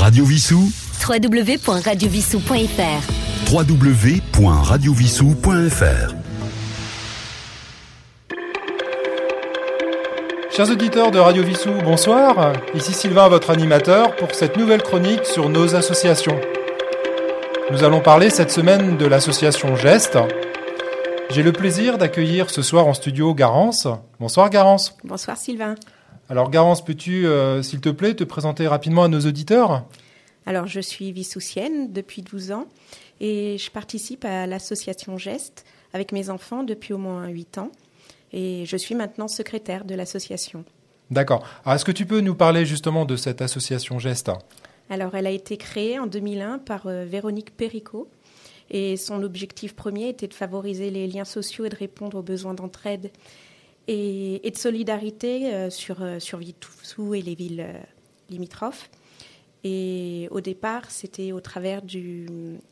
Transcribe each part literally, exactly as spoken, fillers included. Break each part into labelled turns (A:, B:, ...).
A: Radio Vissou.
B: w w w point radio vissou point f r
A: w w w point radio vissou point f r.
C: Chers auditeurs de Radio Vissou, bonsoir. Ici Sylvain, votre animateur, pour cette nouvelle chronique sur nos associations. Nous allons parler cette semaine de l'association Geste. J'ai le plaisir d'accueillir ce soir en studio Garance. Bonsoir Garance.
D: Bonsoir Sylvain.
C: Alors Garance, peux-tu, euh, s'il te plaît, te présenter rapidement à nos auditeurs ?
D: Alors je suis vissoussienne depuis douze ans et je participe à l'association Geste avec mes enfants depuis au moins huit ans. Et je suis maintenant secrétaire de l'association.
C: D'accord. Alors, est-ce que tu peux nous parler justement de cette association Geste ?
D: Alors, elle a été créée en deux mille un par euh, Véronique Péricot. Et son objectif premier était de favoriser les liens sociaux et de répondre aux besoins d'entraide et, et de solidarité euh, sur, euh, sur Vissou et les villes euh, limitrophes. Et au départ, c'était au travers du,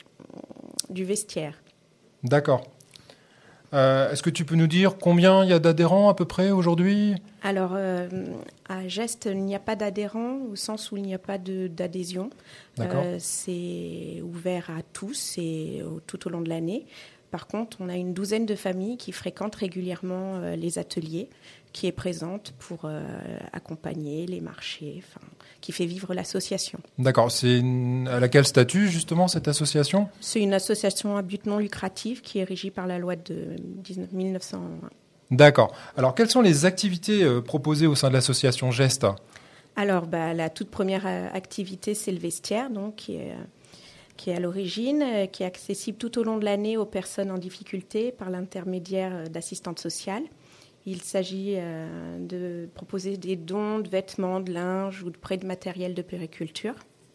D: du vestiaire.
C: D'accord. Euh, est-ce que tu peux nous dire combien il y a d'adhérents à peu près aujourd'hui ?
D: Alors, euh, à Geste, il n'y a pas d'adhérents au sens où il n'y a pas de, d'adhésion.
C: D'accord.
D: Euh, c'est ouvert à tous et au, tout au long de l'année. Par contre, on a une douzaine de familles qui fréquentent régulièrement euh, les ateliers, qui est présente pour euh, accompagner les marchés, enfin, qui fait vivre l'association.
C: D'accord. C'est une... à laquelle statut justement cette association ?
D: C'est une association à but non lucratif qui est régie par la loi de mille neuf cent un.
C: D'accord. Alors, quelles sont les activités euh, proposées au sein de l'association Geste ?
D: Alors, bah, la toute première euh, activité, c'est le vestiaire, donc, qui est, euh, qui est à l'origine, euh, qui est accessible tout au long de l'année aux personnes en difficulté par l'intermédiaire euh, d'assistantes sociales. Il s'agit euh, de proposer des dons de vêtements, de linge ou de prêts de matériel de périculture.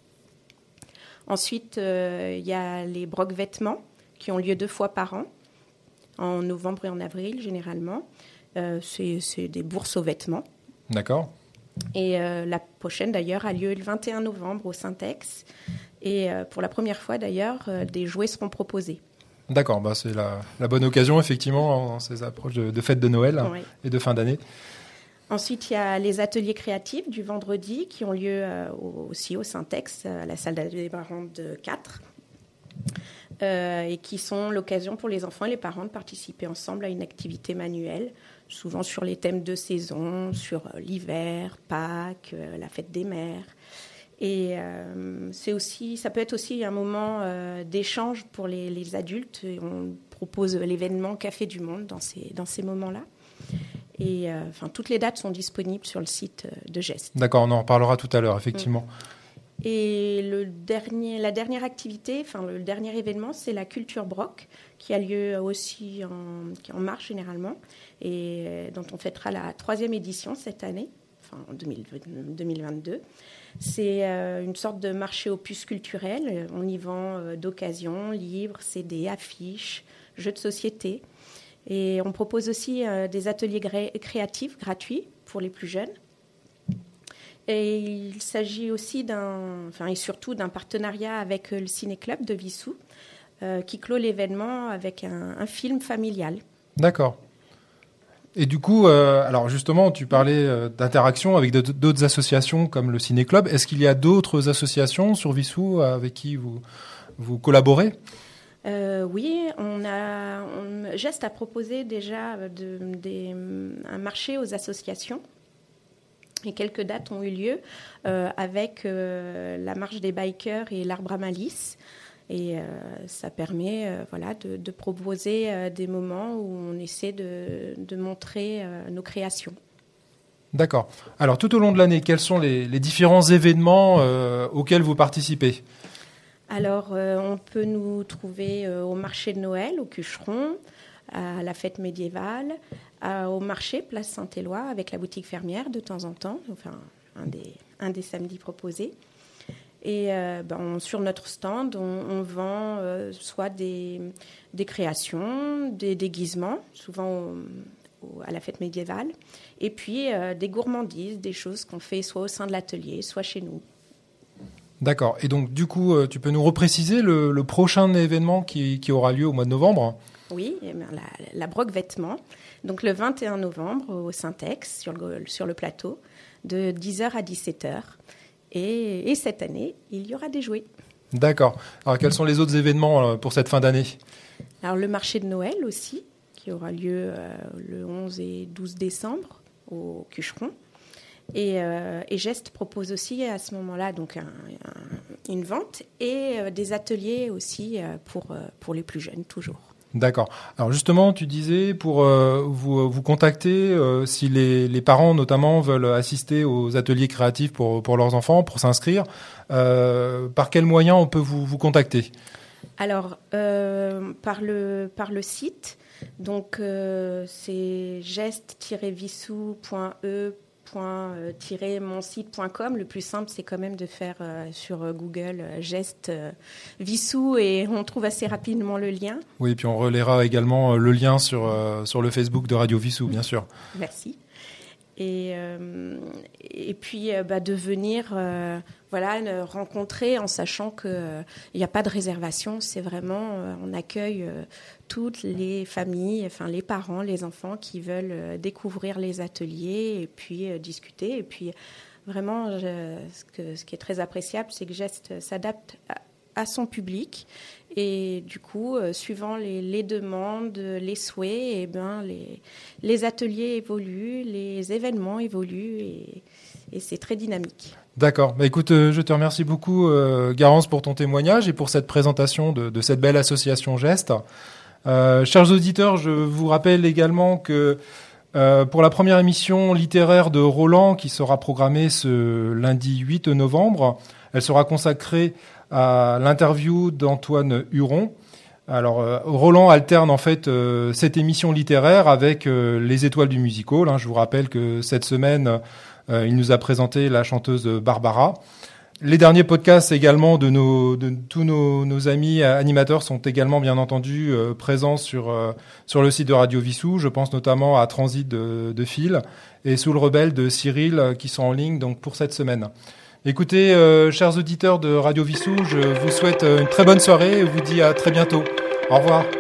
D: Ensuite, euh, il y a les brocs-vêtements qui ont lieu deux fois par an, en novembre et en avril généralement. Euh, c'est, c'est des bourses aux vêtements.
C: D'accord.
D: Et euh, la prochaine d'ailleurs a lieu le vingt et un novembre au Syntex. Et euh, pour la première fois d'ailleurs, euh, des jouets seront proposés.
C: D'accord, bah c'est la, la bonne occasion effectivement en ces approches de, de fêtes de Noël
D: Oui.
C: et de fin d'année.
D: Ensuite, il y a les ateliers créatifs du vendredi qui ont lieu euh, aussi au Syntex, à la salle d'adhérents de quatre. Euh, et qui sont l'occasion pour les enfants et les parents de participer ensemble à une activité manuelle, souvent sur les thèmes de saison, sur euh, l'hiver, Pâques, euh, la fête des mères. Et euh, c'est aussi, ça peut être aussi un moment euh, d'échange pour les, les adultes. Et on propose l'événement Café du Monde dans ces, dans ces moments-là. Et euh, enfin, toutes les dates sont disponibles sur le site de Geste.
C: D'accord, on en reparlera tout à l'heure, effectivement.
D: Mmh. Et le dernier, la dernière activité, enfin le dernier événement, c'est la Culture Broc, qui a lieu aussi en, en mars généralement, et dont on fêtera la troisième édition cette année, enfin en deux mille vingt-deux. C'est euh, une sorte de marché opus culturel. On y vend euh, d'occasion, livres, C D, affiches, jeux de société. Et on propose aussi euh, des ateliers gré- créatifs gratuits pour les plus jeunes. Et il s'agit aussi d'un, enfin et surtout d'un partenariat avec le Ciné-Club de Vissou, euh, qui clôt l'événement avec un, un film familial.
C: D'accord. Et du coup, euh, alors justement, tu parlais euh, d'interaction avec d'autres associations comme le Ciné-Club. Est-ce qu'il y a d'autres associations sur Vissou avec qui vous, vous collaborez ?
D: Euh, oui, on a, on, Geste a proposé déjà de, des, un marché aux associations. Et quelques dates ont eu lieu euh, avec euh, la marche des bikers et l'arbre à malice. Et euh, ça permet euh, voilà, de, de proposer euh, des moments où on essaie de, de montrer euh, nos créations.
C: D'accord. Alors, tout au long de l'année, quels sont les, les différents événements euh, auxquels vous participez ?
D: Alors, euh, on peut nous trouver euh, au marché de Noël, au Cucheron, à la fête médiévale, à, au marché Place Saint-Éloi avec la boutique fermière de temps en temps, enfin un des, un des samedis proposés. Et euh, ben, on, sur notre stand, on, on vend euh, soit des, des créations, des déguisements, souvent au, au, à la fête médiévale, et puis euh, des gourmandises, des choses qu'on fait soit au sein de l'atelier, soit chez nous.
C: D'accord. Et donc, du coup, tu peux nous repréciser le, le prochain événement qui, qui aura lieu au mois de novembre ?
D: Oui, la, la Broc Vêtements. Donc, le vingt et un novembre, au Syntex, sur le, sur le plateau, de dix heures à dix-sept heures. Et, et cette année, il y aura des jouets.
C: D'accord. Alors, quels sont les autres événements pour cette fin d'année ?
D: Alors, le marché de Noël aussi, qui aura lieu euh, le onze et douze décembre au Cucheron. Et, euh, et Geste propose aussi à ce moment-là donc un, un, une vente et euh, des ateliers aussi euh, pour, euh, pour les plus jeunes, toujours.
C: D'accord. Alors justement, tu disais pour euh, vous, vous contacter euh, si les, les parents notamment veulent assister aux ateliers créatifs pour, pour leurs enfants, pour s'inscrire. Euh, par quels moyens on peut vous, vous contacter ?
D: Alors, euh, par, le, par le site, donc euh, c'est geste-vissou point e mon site point com. Le plus simple, c'est quand même de faire euh, sur Google euh, geste euh, Vissou et on trouve assez rapidement le lien.
C: Oui, et puis on relaiera également le lien sur, euh, sur le Facebook de Radio Vissou, bien sûr.
D: Merci. Et, euh, et puis euh, bah, de venir euh, voilà, rencontrer en sachant qu'il n'y euh, a pas de réservation. C'est vraiment, euh, on accueille euh, toutes les familles, enfin les parents, les enfants qui veulent euh, découvrir les ateliers et puis euh, discuter. Et puis vraiment, je, ce, que, ce qui est très appréciable, c'est que Geste s'adapte à, à son public. Et du coup, euh, suivant les, les demandes, les souhaits, eh ben, les, les ateliers évoluent, les événements évoluent et, et c'est très dynamique.
C: D'accord. Bah, écoute, euh, je te remercie beaucoup, euh, Garance, pour ton témoignage et pour cette présentation de, de cette belle association Geste. Euh, chers auditeurs, je vous rappelle également que euh, pour la première émission littéraire de Roland, qui sera programmée ce lundi huit novembre, elle sera consacrée à l'interview d'Antoine Huron. Alors, euh, Roland alterne en fait euh, cette émission littéraire avec euh, les étoiles du musical. Hein. Je vous rappelle que cette semaine, euh, il nous a présenté la chanteuse Barbara. Les derniers podcasts également de, nos, de tous nos, nos amis animateurs sont également bien entendu euh, présents sur, euh, sur le site de Radio Vissou. Je pense notamment à Transit de, de Phil et Sous le Rebelle de Cyril euh, qui sont en ligne donc, pour cette semaine. Écoutez, euh, chers auditeurs de Radio Vissou, je vous souhaite une très bonne soirée et vous dis à très bientôt. Au revoir.